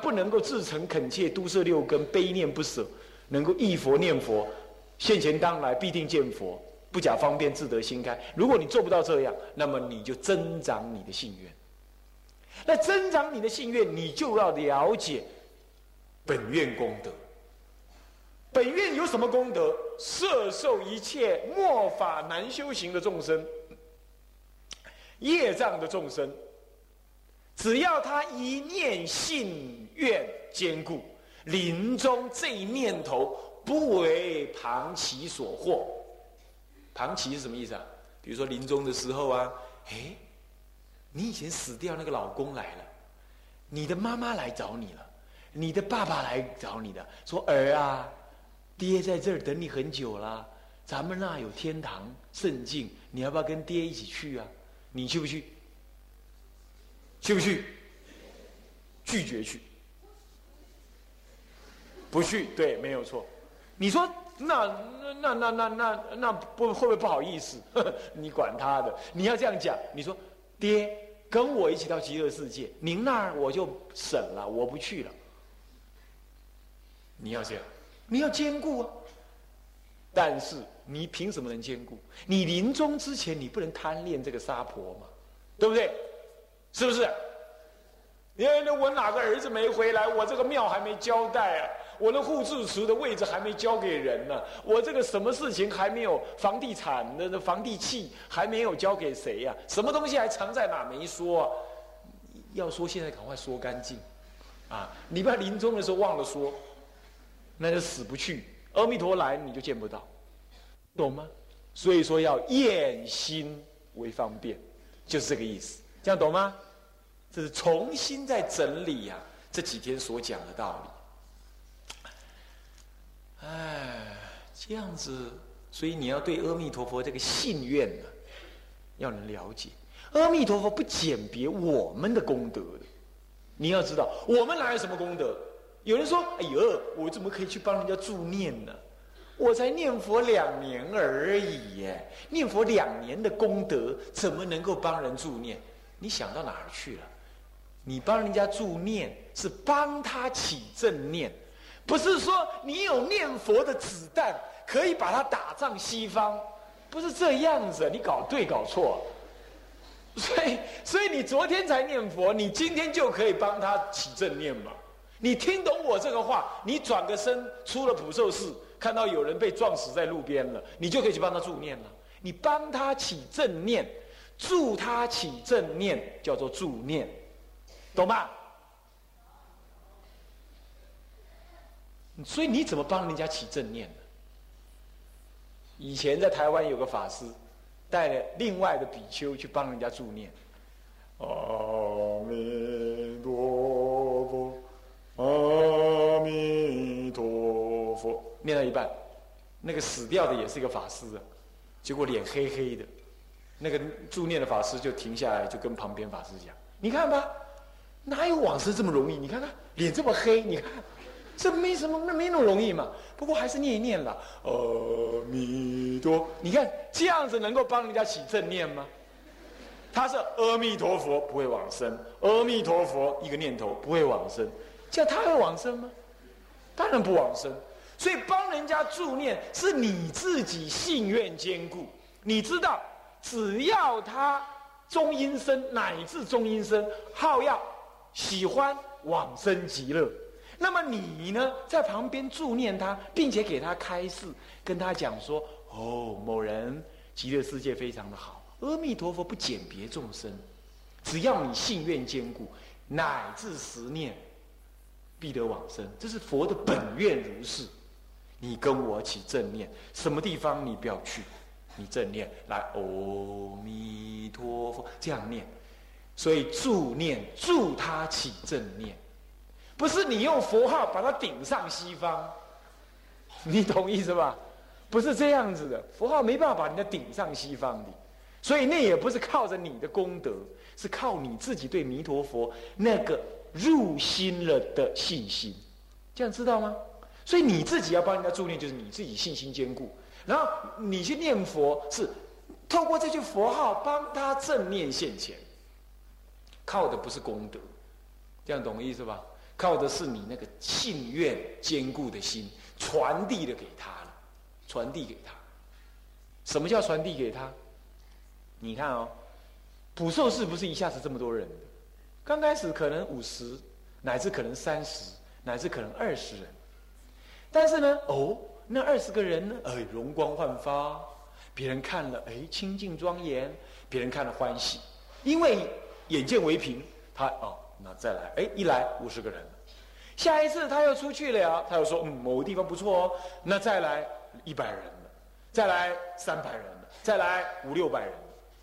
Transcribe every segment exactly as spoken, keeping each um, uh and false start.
不能够至诚恳切、都摄六根、悲念不舍，能够忆佛念佛，现前当来必定见佛，不假方便，自得心开。如果你做不到这样，那么你就增长你的信愿。那增长你的信愿，你就要了解本愿功德。本愿有什么功德？摄受一切末法难修行的众生、业障的众生，只要他一念信愿坚固，临终这一念头不为旁其所惑。旁其是什么意思啊？比如说临终的时候啊，哎，你以前死掉那个老公来了，你的妈妈来找你了，你的爸爸来找你的，说儿啊，爹在这儿等你很久了，咱们那有天堂圣境，你要不要跟爹一起去啊？你去不去？去不去？拒绝去。不去，对，没有错。你说那那那那那那不会不会不好意思？呵呵，你管他的，你要这样讲。你说爹跟我一起到极乐世界，您那儿我就省了，我不去了。你要这样，你要兼顾啊。但是你凭什么能兼顾？你临终之前，你不能贪恋这个娑婆嘛，对不对？是不是？因为我哪个儿子没回来，我这个庙还没交代啊，我那护住持的位置还没交给人呢、啊，我这个什么事情还没有，房地产的房地契还没有交给谁呀、啊？什么东西还藏在哪没说、啊？要说现在赶快说干净，啊！你怕临终的时候忘了说，那就死不去。阿弥陀来你就见不到，懂吗？所以说要验心为方便，就是这个意思。这样懂吗？这是重新在整理呀、啊，这几天所讲的道理。哎，这样子，所以你要对阿弥陀佛这个信愿呢、啊，要能了解。阿弥陀佛不鉴别我们的功德的，你要知道，我们哪有什么功德？有人说：“哎呦，我怎么可以去帮人家助念呢？我才念佛两年而已耶，念佛两年的功德，怎么能够帮人助念？你想到哪儿去了？你帮人家助念是帮他起正念，不是说你有念佛的子弹可以把他打仗西方，不是这样子，你搞对搞错。所以，所以你昨天才念佛，你今天就可以帮他起正念嘛？你听懂我这个话，你转个身出了普寿寺，看到有人被撞死在路边了，你就可以去帮他助念了。你帮他起正念，助他起正念，叫做助念，懂吗？所以你怎么帮人家起正念呢？以前在台湾有个法师，带了另外的比丘去帮人家助念，阿弥陀佛。阿弥陀佛，念到一半，那个死掉的也是一个法师啊，结果脸黑黑的，那个助念的法师就停下来，就跟旁边法师讲：“你看吧，哪有往生这么容易？你看看脸这么黑，你看这没什么，那没那么容易嘛。不过还是念一念了，阿弥陀。你看这样子能够帮人家起正念吗？他是阿弥陀佛不会往生，阿弥陀佛一个念头不会往生。”这样他会往生吗？当然不往生。所以帮人家助念是你自己信愿坚固。你知道，只要他中阴身乃至中阴身好要喜欢往生极乐，那么你呢，在旁边助念他，并且给他开示，跟他讲说：哦，某人极乐世界非常的好，阿弥陀佛不鉴别众生，只要你信愿坚固，乃至十念。必得往生，这是佛的本愿如是。你跟我起正念，什么地方你不要去，你正念来，阿弥陀佛，这样念。所以助念助他起正念，不是你用佛号把他顶上西方，你懂意思吧？不是这样子的，佛号没办法把人家顶上西方的，所以那也不是靠着你的功德，是靠你自己对弥陀佛那个。入心了的信心，这样知道吗？所以你自己要帮人家助念，就是你自己信心坚固。然后你去念佛，是透过这句佛号帮他正念现前，靠的不是功德，这样懂意思吧？ 靠的是你那个信愿坚固的心，传递了给他了，传递给他。什么叫传递给他？你看哦，普寿寺不是一下子这么多人的，刚开始可能五十，乃至可能三十，乃至可能二十人。但是呢，哦，那二十个人呢，哎，容光焕发，别人看了，哎，清净庄严，别人看了欢喜，因为眼见为凭，他哦，那再来，哎，一来五十个人了，下一次他又出去了，他又说，嗯，某个地方不错哦，那再来一百人了，再来三百人了，再来五六百人了。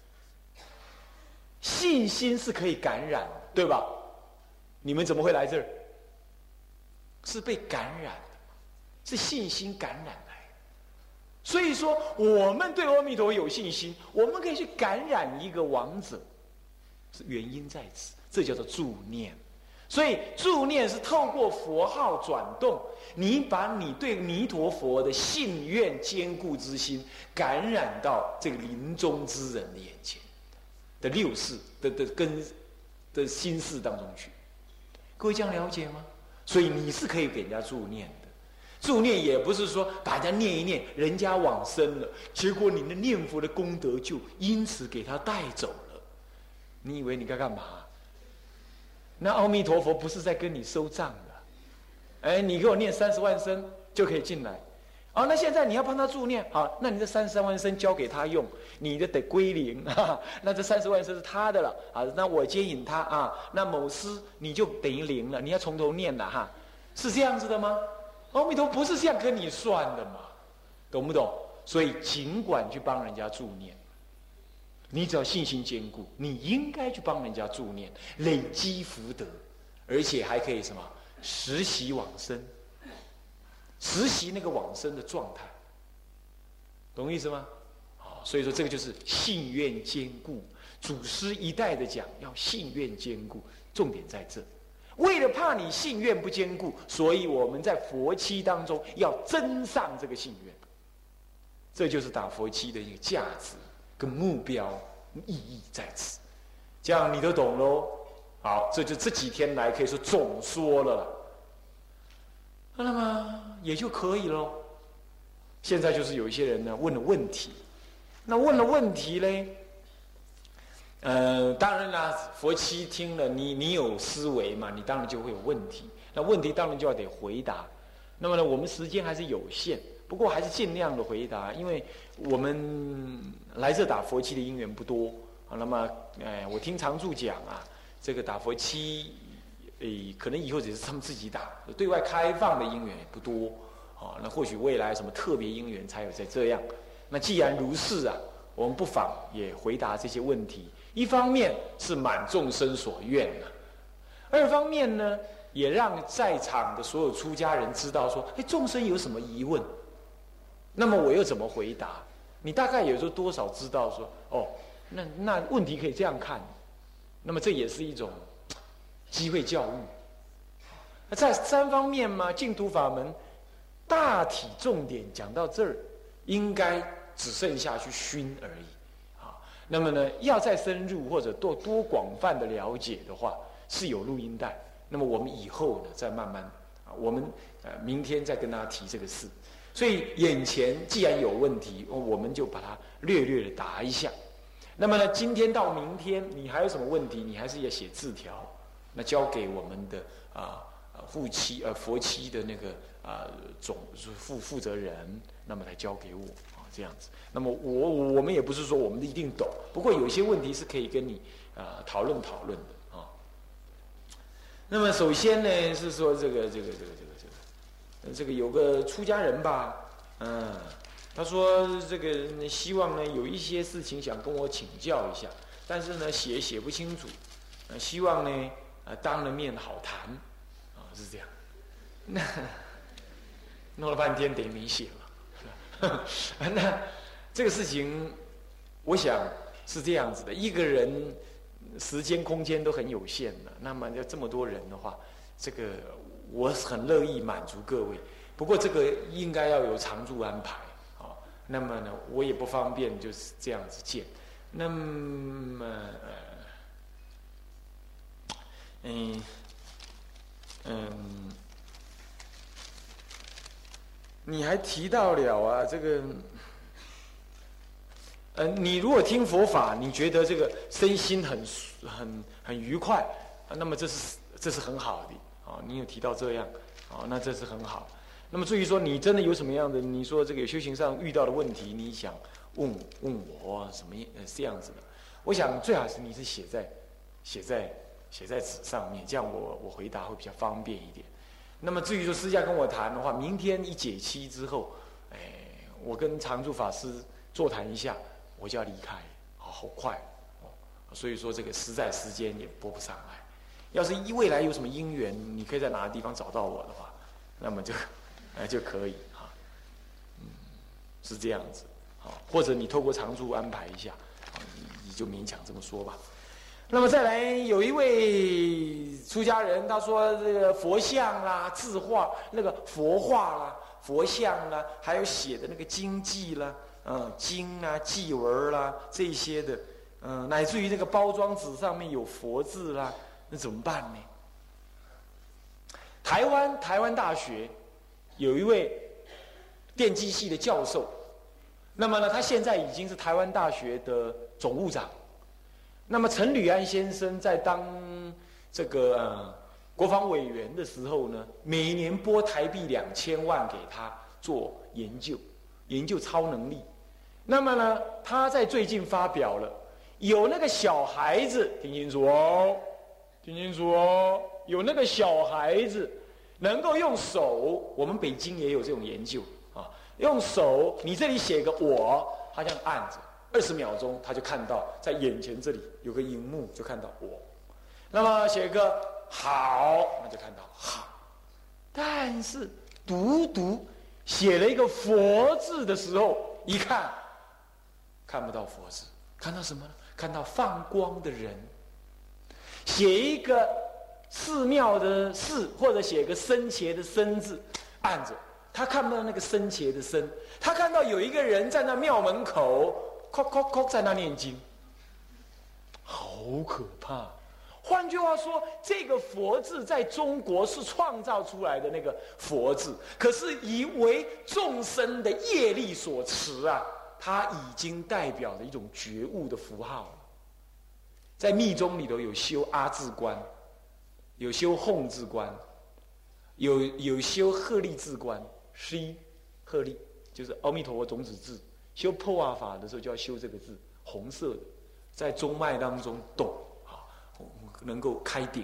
信心是可以感染的，对吧？你们怎么会来这儿？是被感染的，是信心感染来的。所以说，我们对阿弥陀佛有信心，我们可以去感染一个亡者，是原因在此，这叫做助念。所以助念是透过佛号转动，你把你对弥陀佛的信愿坚固之心感染到这个临终之人的眼前的六事的的根的心事当中去。各位这样了解吗？所以你是可以给人家助念的。助念也不是说把人家念一念，人家往生了，结果你的念佛的功德就因此给他带走了。你以为你该干嘛？那阿弥陀佛不是在跟你收账的。哎，你给我念三十万声就可以进来。哦，那现在你要帮他助念，好，那你这三十万声交给他用，你的得归零，哈哈，那这三十万声是他的了啊。那我接引他啊，那某师你就等于零了，你要从头念了哈，是这样子的吗？阿弥陀佛不是这样跟你算的嘛，懂不懂？所以尽管去帮人家助念，你只要信心坚固，你应该去帮人家助念，累积福德，而且还可以什么实习往生。实习那个往生的状态，懂意思吗？好，所以说这个就是信愿坚固。祖师一代的讲要信愿坚固，重点在这。为了怕你信愿不坚固，所以我们在佛期当中要增上这个信愿。这就是打佛期的一个价值跟目标意义在此。这样你都懂喽？好，这就这几天来可以说总说了啦。那么也就可以喽。现在就是有一些人呢问了问题，那问了问题嘞，呃，当然啦，佛七听了你，你有思维嘛，你当然就会有问题。那问题当然就要得回答。那么呢，我们时间还是有限，不过还是尽量的回答，因为我们来这打佛七的因缘不多啊。那么，哎，我听常住讲啊，这个打佛七。诶，可能以后只是他们自己打，对外开放的因缘也不多，啊，那或许未来什么特别因缘才有在这样。那既然如是啊，我们不妨也回答这些问题。一方面是满众生所愿啊，二方面呢，也让在场的所有出家人知道说，哎，众生有什么疑问，那么我又怎么回答？你大概也就多少知道说，哦，那那问题可以这样看，那么这也是一种机会教育。那在三方面嘛，净土法门大体重点讲到这儿，应该只剩下去熏而已啊。那么呢，要再深入或者多多广泛的了解的话，是有录音带。那么我们以后呢，再慢慢啊，我们呃明天再跟大家提这个事。所以眼前既然有问题，我们就把它略略的答一下。那么呢，今天到明天你还有什么问题，你还是要写字条。那交给我们的啊护期呃佛期的那个啊总负负责人，那么来交给我啊这样子。那么我我们也不是说我们一定懂，不过有一些问题是可以跟你啊讨论讨论的啊。那么首先呢是说这个这个这个这个这个这个有个出家人吧，嗯，他说这个希望呢有一些事情想跟我请教一下，但是呢写写不清楚，呃希望呢。呃，当了面好谈，啊、哦，是这样。那弄了半天等于没写了。那这个事情，我想是这样子的：一个人时间、空间都很有限的，那么要这么多人的话，这个我很乐意满足各位。不过这个应该要有常住安排啊、哦。那么呢，我也不方便就是这样子见。那么。呃嗯， 嗯，你还提到了啊，这个，呃，你如果听佛法，你觉得这个身心很很很愉快，啊，那么这是这是很好的啊。你有提到这样，啊，那这是很好。那么至于说你真的有什么样的，你说这个修行上遇到的问题，你想问问我什么呃这样子的，我想最好是你是写在写在写在纸上面，这样我我回答会比较方便一点。那么至于说私下跟我谈的话，明天一解期之后，哎，我跟常住法师座谈一下，我就要离开，好好快哦。所以说这个实在时间也拨不上来。要是未来有什么因缘，你可以在哪个地方找到我的话，那么就哎就可以哈，嗯，是这样子，好，或者你透过常住安排一下，你你就勉强这么说吧。那么再来有一位出家人，他说这个佛像啦、字画、那个佛画啦、佛像啦，还有写的那个经记啦、嗯经啊、记文啦这些的，嗯，乃至于那个包装纸上面有佛字啦，那怎么办呢？台湾台湾大学有一位电机系的教授，那么呢，他现在已经是台湾大学的总务长。那么陈履安先生在当这个、呃、国防委员的时候呢，每年拨台币两千万给他做研究，研究超能力。那么呢，他在最近发表了，有那个小孩子，听清楚哦，听清楚哦，有那个小孩子能够用手，我们北京也有这种研究啊，用手，你这里写个我，他这样按着。二十秒钟，他就看到在眼前这里有个荧幕，就看到我。那么写个好，那就看到好。但是独独写了一个佛字的时候，一看看不到佛字，看到什么呢？看到放光的人。写一个寺庙的寺，或者写个僧伽的僧字，按着他看不到那个僧伽的僧，他看到有一个人在那庙门口。叩叩叩在那念经，好可怕。换句话说，这个佛字在中国是创造出来的那个佛字，可是以为众生的业力所持啊，它已经代表了一种觉悟的符号了。在密宗里头有修阿字观，有修吽字观，有有修鹤立字观，十鹤立就是阿弥陀佛种子字。修破瓦法的时候就要修这个字，红色的，在中脉当中动啊，能够开顶。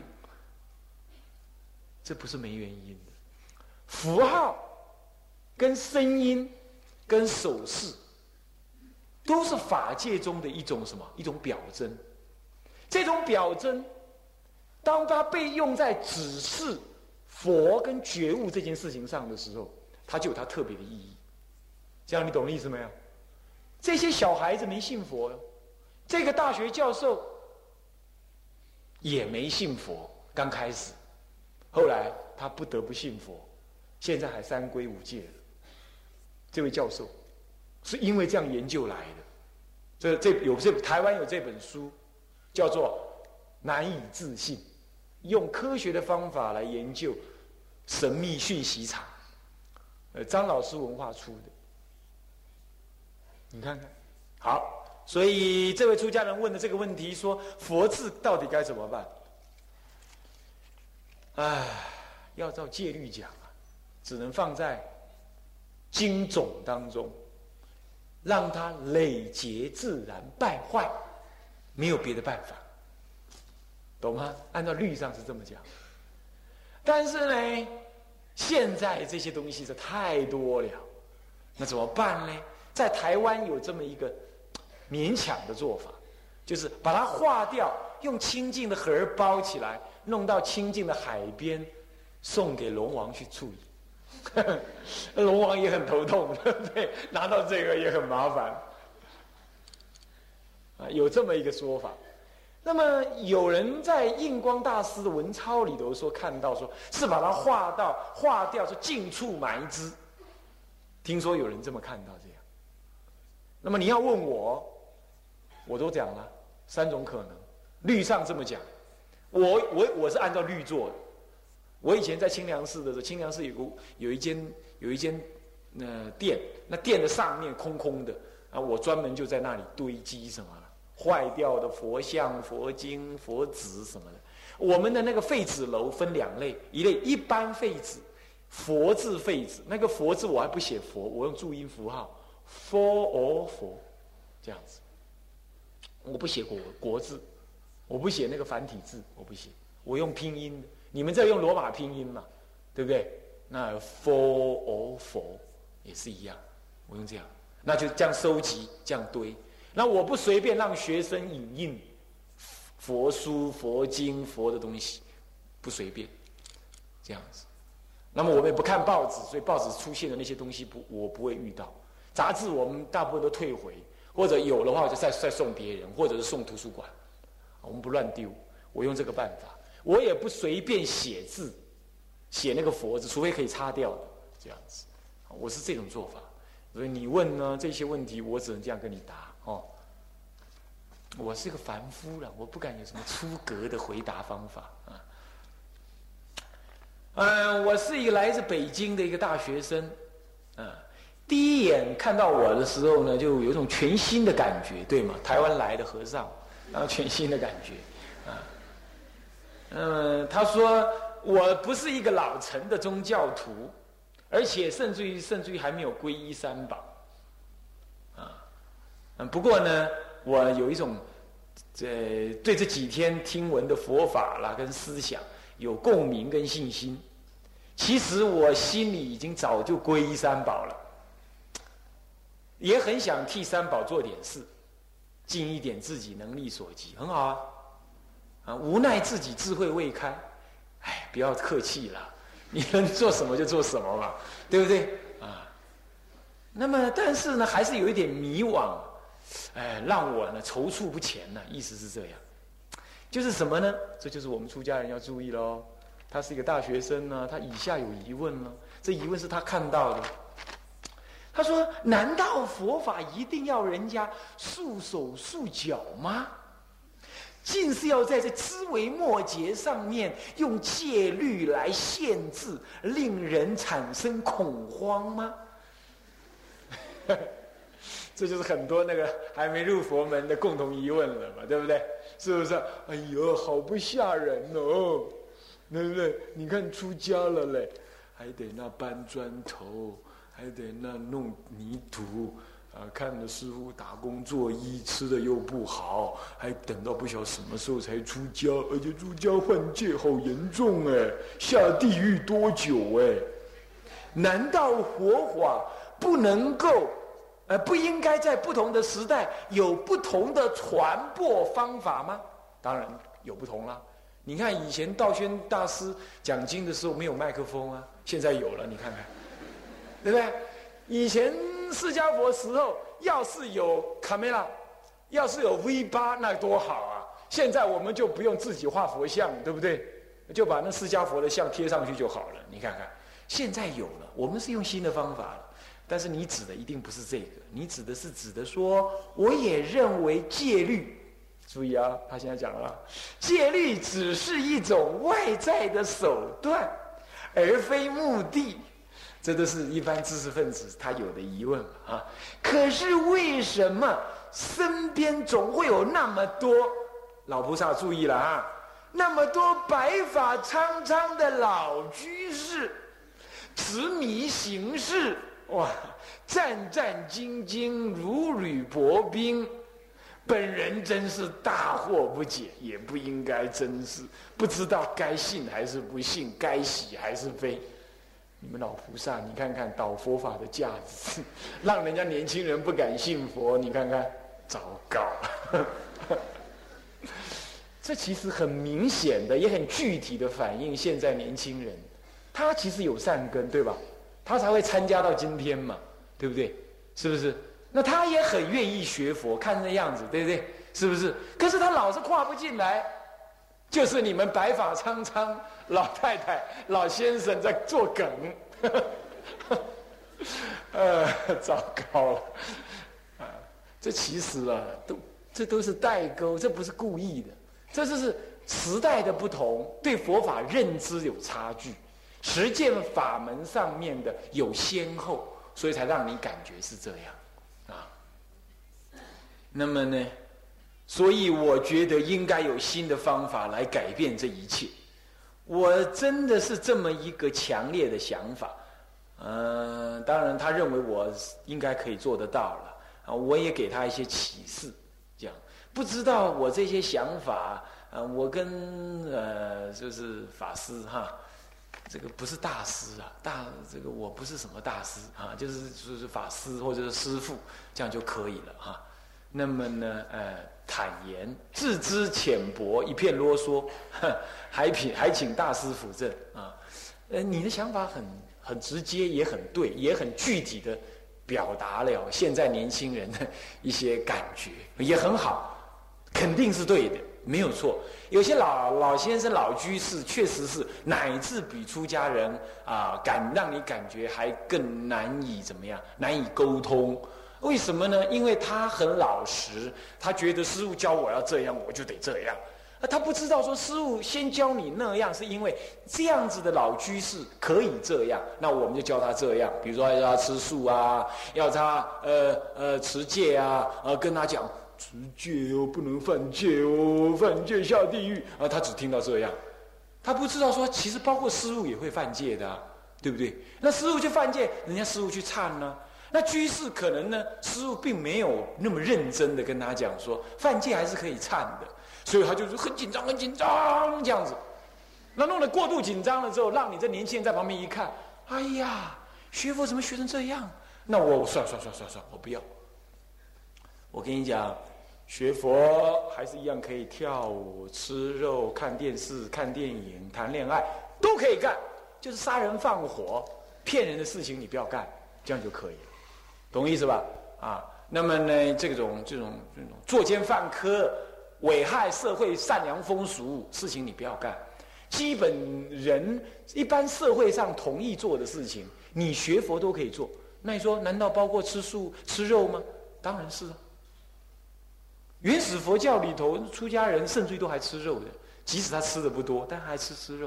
这不是没原因的。符号、跟声音、跟手势，都是法界中的一种什么？一种表征。这种表征，当它被用在指示佛跟觉悟这件事情上的时候，它就有它特别的意义。这样你懂意思没有？这些小孩子没信佛，这个大学教授也没信佛。刚开始，后来他不得不信佛，现在还三皈五戒了。这位教授是因为这样研究来的。这这有这台湾有这本书，叫做《难以置信》，用科学的方法来研究神秘讯息场。呃，张老师文化出的。你看看，好，所以这位出家人问的这个问题说，佛字到底该怎么办？唉，要照戒律讲啊，只能放在经种当中，让它累劫自然败坏，没有别的办法，懂吗？按照律上是这么讲。但是呢，现在这些东西是太多了，那怎么办呢？在台湾有这么一个勉强的做法，就是把它化掉，用清净的盒包起来，弄到清净的海边，送给龙王去处理。龙王也很头痛，对不对？拿到这个也很麻烦。啊，有这么一个说法。那么有人在印光大师的文钞里头说，看到说是把它化到化掉，是近处埋之。听说有人这么看到这样。那么你要问我，我都讲了三种可能，律上这么讲，我我我是按照律做的， 我以前在清凉寺的时候，清凉寺有个有一间有一间呃店，那店的上面空空的啊，我专门就在那里堆积什么坏掉的佛像、佛经、佛纸什么的。我们的那个废纸楼分两类，一类一般废纸，佛字废纸，那个佛字我还不写佛，我用注音符号，佛哦佛，这样子，我不写国国字，我不写那个繁体字，我不写，我用拼音的。你们在用罗马拼音嘛，对不对？那佛哦佛也是一样，我用这样，那就这样收集，这样堆。那我不随便让学生影印佛书、佛经、佛的东西，不随便这样子。那么我们也不看报纸，所以报纸出现的那些东西不，我不会遇到。杂志我们大部分都退回，或者有的话我就再再送别人，或者是送图书馆。我们不乱丢，我用这个办法。我也不随便写字，写那个佛字，除非可以擦掉的这样子。我是这种做法。所以你问呢这些问题，我只能这样跟你答哦。我是个凡夫了，我不敢有什么出格的回答方法啊。嗯，我是一个来自北京的一个大学生，啊，第一眼看到我的时候呢，就有一种全新的感觉，对吗？台湾来的和尚，然后全新的感觉，啊，嗯，他说我不是一个老成的宗教徒，而且甚至于甚至于还没有皈依三宝，啊，嗯，不过呢，我有一种，这对这几天听闻的佛法啦跟思想有共鸣跟信心。其实我心里已经早就皈依三宝了，也很想替三宝做点事，尽一点自己能力所及，很好啊。啊，无奈自己智慧未开，哎，不要客气啦，你能做什么就做什么嘛，对不对啊？那么，但是呢，还是有一点迷惘，哎，让我呢踌躇不前呢。意思是这样，就是什么呢？这就是我们出家人要注意喽。他是一个大学生呢，他以下有疑问了，这疑问是他看到的。他说：“难道佛法一定要人家束手束脚吗？尽是要在这枝微末节上面用戒律来限制，令人产生恐慌吗？”这就是很多那个还没入佛门的共同疑问了嘛，对不对？是不是？哎呦，好不吓人哦！对不对？你看出家了嘞，还得那搬砖头，还得那弄泥土，啊，看着师父打工做衣，吃的又不好，还等到不晓得什么时候才出家，而且出家犯戒好严重哎，下地狱多久哎？难道佛法不能够，呃，不应该在不同的时代有不同的传播方法吗？当然有不同啦。你看以前道宣大师讲经的时候没有麦克风啊，现在有了，你看看，对不对？以前释迦佛时候要是有 camera， 要是有 V 八， 那多好啊！现在我们就不用自己画佛像，对不对？就把那释迦佛的像贴上去就好了。你看看，现在有了，我们是用新的方法了。但是你指的一定不是这个，你指的是指的说，我也认为戒律。注意啊，他现在讲了，戒律只是一种外在的手段，而非目的。这都是一般知识分子他有的疑问啊。可是为什么身边总会有那么多老菩萨注意了啊，那么多白发苍苍的老居士，执迷行事，哇，战战兢兢，如履薄冰。本人真是大惑不解，也不应该真是不知道该信还是不信，该喜还是非。你们老菩萨，你看看导佛法的价值，让人家年轻人不敢信佛，你看看，糟糕。这其实很明显的，也很具体的反映现在年轻人，他其实有善根，对吧？他才会参加到今天嘛，对不对？是不是？那他也很愿意学佛，看那样子，对不对？是不是？可是他老是跨不进来，就是你们白发苍苍老太太、老先生在做梗，呃，糟糕了，啊，这其实啊，都这都是代沟，这不是故意的，这就是时代的不同，对佛法认知有差距，实践法门上面的有先后，所以才让你感觉是这样啊。那么呢，所以我觉得应该有新的方法来改变这一切。我真的是这么一个强烈的想法。嗯、呃，当然他认为我应该可以做得到了啊，我也给他一些启示，这样不知道我这些想法。啊，我跟呃就是法师哈，这个不是大师啊，大这个我不是什么大师啊，就是就是法师或者是师父，这样就可以了哈。那么呢，呃，坦言自知浅薄，一片啰嗦，还请还请大师辅正啊。呃，你的想法很很直接，也很对，也很具体的表达了现在年轻人的一些感觉，也很好，肯定是对的。没有错，有些老老先生、老居士，确实是乃至比出家人啊，感让你感觉还更难以怎么样，难以沟通。为什么呢？因为他很老实，他觉得师父教我要这样，我就得这样。啊，他不知道说师父先教你那样，是因为这样子的老居士可以这样，那我们就教他这样。比如说要他吃素啊，要他呃呃持戒啊，呃跟他讲。持戒哦，不能犯戒哦，犯戒下地狱啊！他只听到这样，他不知道说，其实包括师父也会犯戒的、啊，对不对？那师父去犯戒，人家师父去忏呢、啊。那居士可能呢，师父并没有那么认真的跟他讲说，犯戒还是可以忏的，所以他就是很紧张，很紧张这样子。那弄得过度紧张了之后，让你这年轻人在旁边一看，哎呀，学佛怎么学成这样？那我算算算算算，我不要。我跟你讲，学佛还是一样可以跳舞、吃肉、看电视、看电影、谈恋爱，都可以干。就是杀人放火、骗人的事情你不要干，这样就可以了，懂意思吧？啊，那么呢，这种这种这种作奸犯科、危害社会善良风俗事情你不要干。基本人一般社会上同意做的事情，你学佛都可以做。那你说，难道包括吃素、吃肉吗？当然是啊。原始佛教里头，出家人甚至于都还吃肉的，即使他吃的不多，但还吃吃肉。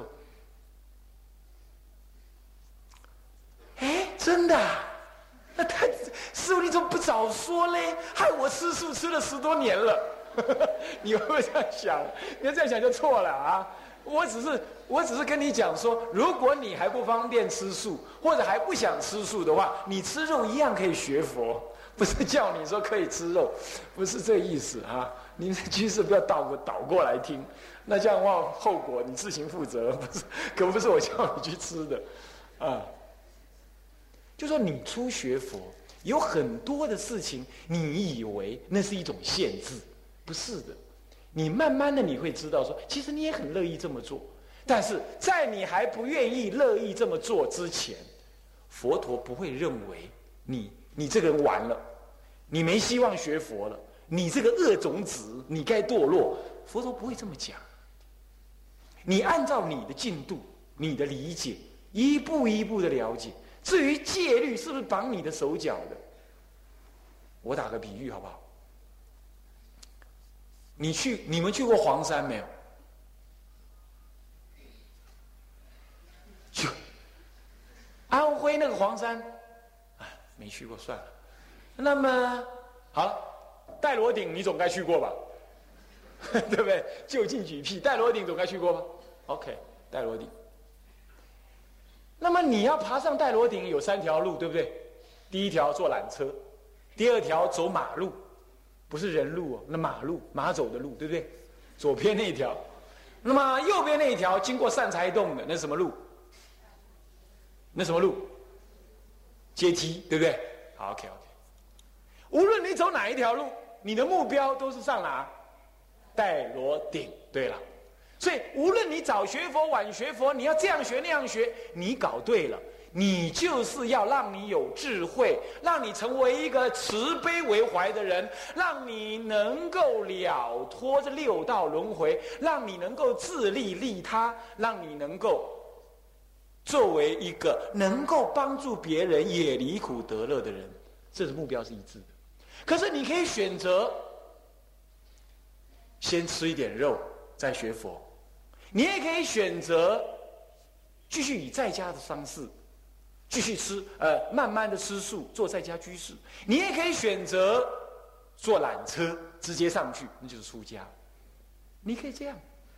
哎，真的、啊？那他师父你怎么不早说嘞？害我吃素吃了十多年了。你会不会这样想？你要这样想就错了啊！我只是我只是跟你讲说，如果你还不方便吃素，或者还不想吃素的话，你吃肉一样可以学佛。不是叫你说可以吃肉，不是这意思啊！您的居士不要倒过倒过来听，那这样的话后果你自行负责，不是，可不是我叫你去吃的，啊！就说你初学佛，有很多的事情，你以为那是一种限制，不是的。你慢慢的你会知道说，其实你也很乐意这么做，但是在你还不愿意乐意这么做之前，佛陀不会认为你。你这个人完了，你没希望学佛了，你这个恶种子，你该堕落。佛陀不会这么讲。你按照你的进度、你的理解，一步一步的了解。至于戒律是不是绑你的手脚的，我打个比喻好不好？你去，你们去过黄山没有？去安徽那个黄山。没去过算了，那么好了，戴罗顶你总该去过吧，对不对？就近举例，戴罗顶总该去过吧 ？OK， 戴罗顶。那么你要爬上戴罗顶有三条路，对不对？第一条坐缆车，第二条走马路，不是人路哦，那马路马走的路，对不对？左边那一条，那么右边那一条经过善财洞的，那是什么路？那什么路？阶梯，对不对？好 ，OK OK。无论你走哪一条路，你的目标都是上哪？戴罗顶。对了，所以无论你早学佛晚学佛，你要这样学那样学，你搞对了，你就是要让你有智慧，让你成为一个慈悲为怀的人，让你能够了脱这六道轮回，让你能够自利利他，让你能够。作为一个能够帮助别人也离苦得乐的人，这是目标是一致的。可是你可以选择先吃一点肉再学佛， 你也可以选择继续以在家的方式继续吃，呃，慢慢的吃素，做在家居士。你也可以选择坐缆车直接上去，那就是出家。你可以这样，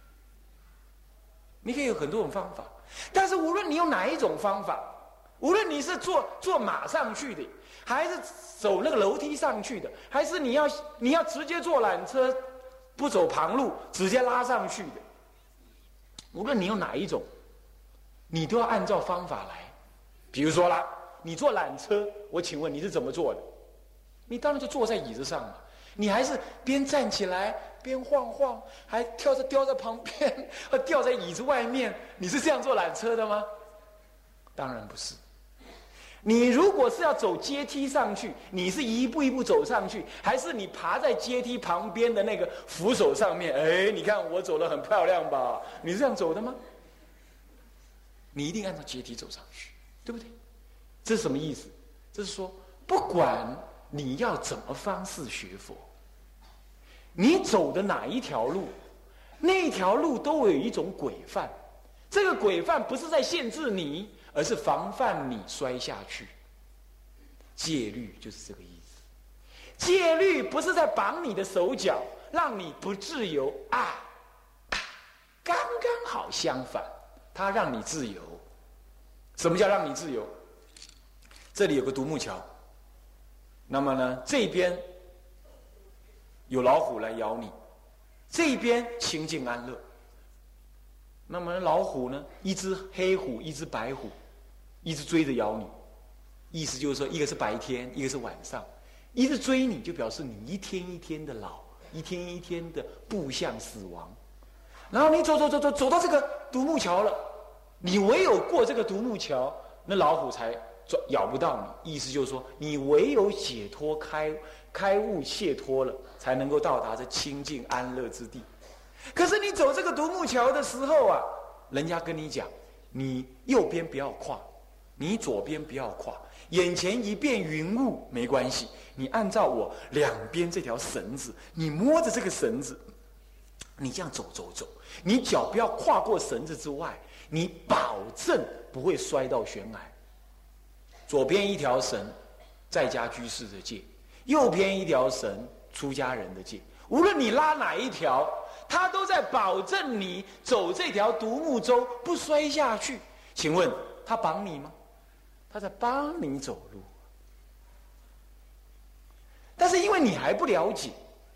你可以有很多种方法。但是无论你用哪一种方法，无论你是坐坐马上去的，还是走那个楼梯上去的，还是你要你要直接坐缆车，不走旁路直接拉上去的，无论你用哪一种，你都要按照方法来。比如说啦，你坐缆车，我请问你是怎么坐的？你当然就坐在椅子上嘛。你还是边站起来边晃晃，还跳着吊在旁边，或吊在椅子外面，你是这样坐缆车的吗？当然不是。你如果是要走阶梯上去，你是一步一步走上去，还是你爬在阶梯旁边的那个扶手上面？哎，你看我走得很漂亮吧？你是这样走的吗？你一定按照阶梯走上去，对不对？这是什么意思？这是说，不管你要怎么方式学佛，你走的哪一条路，那条路都有一种规范。这个规范不是在限制你，而是防范你摔下去。戒律就是这个意思。戒律不是在绑你的手脚，让你不自由啊，刚刚好相反，它让你自由。什么叫让你自由？这里有个独木桥，那么呢，这边有老虎来咬你，这边清净安乐。那么老虎呢，一只黑虎，一只白虎，一直追着咬你。意思就是说，一个是白天，一个是晚上，一直追你，就表示你一天一天的老，一天一天的步向死亡。然后你走走走走走到这个独木桥了，你唯有过这个独木桥，那老虎才咬不到你。意思就是说，你唯有解脱开开悟解脱了，才能够到达这清净安乐之地。可是你走这个独木桥的时候啊，人家跟你讲，你右边不要跨，你左边不要跨，眼前一片云雾没关系，你按照我两边这条绳子，你摸着这个绳子，你这样走走走，你脚不要跨过绳子之外，你保证不会摔到悬崖。左边一条绳，在家居士的戒；右边一条绳，出家人的戒。无论你拉哪一条，他都在保证你走这条独木舟不摔下去。请问他绑你吗？他在帮你走路。但是因为你还不了解，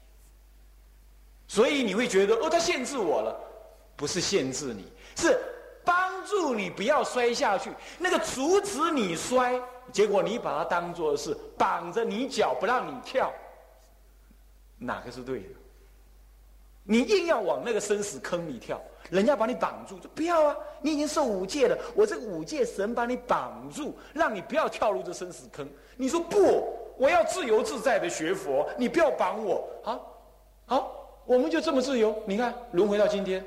所以你会觉得哦，他限制我了。不是限制你，是帮助你不要摔下去。那个阻止你摔，结果你把它当作是绑着你脚不让你跳，哪个是对的？你硬要往那个生死坑里跳，人家把你绑住，就不要啊！你已经受五戒了，我这个五戒神把你绑住，让你不要跳入这生死坑。你说不，我要自由自在的学佛，你不要绑我。好，好，我们就这么自由。你看，轮回到今天，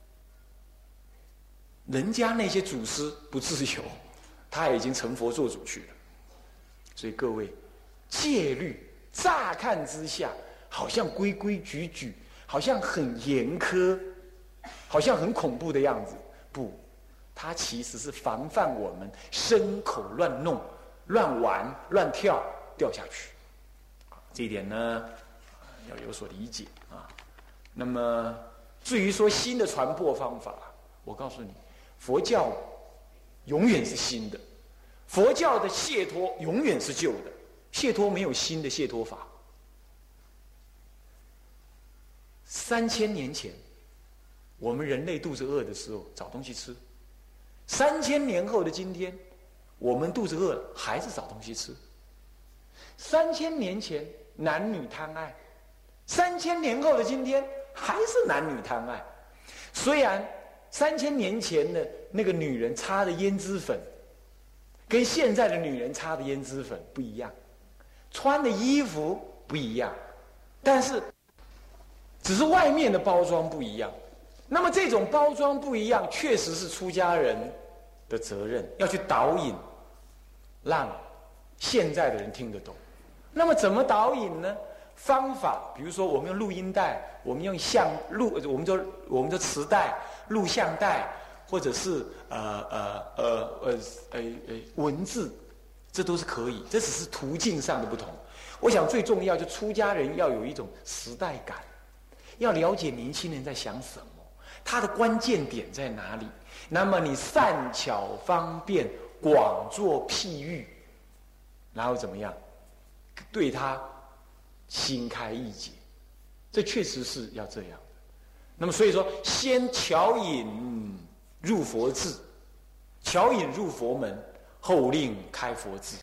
人家那些祖师不自由，他已经成佛做主去了。所以各位，戒律乍看之下好像规规矩矩，好像很严苛，好像很恐怖的样子。不，它其实是防范我们身口乱弄、乱玩、乱跳掉下去。这一点呢，要有所理解啊。那么至于说新的传播方法，我告诉你，佛教永远是新的，佛教的解脱永远是旧的，解脱没有新的解脱法。三千年前，我们人类肚子饿的时候找东西吃；三千年后的今天，我们肚子饿了还是找东西吃。三千年前男女贪爱，三千年后的今天还是男女贪爱。虽然三千年前的那个女人擦的胭脂粉，跟现在的女人擦的胭脂粉不一样，穿的衣服不一样，但是只是外面的包装不一样。那么这种包装不一样，确实是出家人的责任，要去导引，让现在的人听得懂。那么怎么导引呢？方法，比如说我们用录音带，我们用相录，我们就我们就磁带， 录像带，或者是呃呃呃呃呃呃文字，这都是可以，这只是途径上的不同。我想最重要，就出家人要有一种时代感，要了解年轻人在想什么，他的关键点在哪里。那么你善巧方便，广作譬喻，然后怎么样，对他心开意解，这确实是要这样的。那么所以说，先巧引入佛智，巧引入佛门，后令开佛智。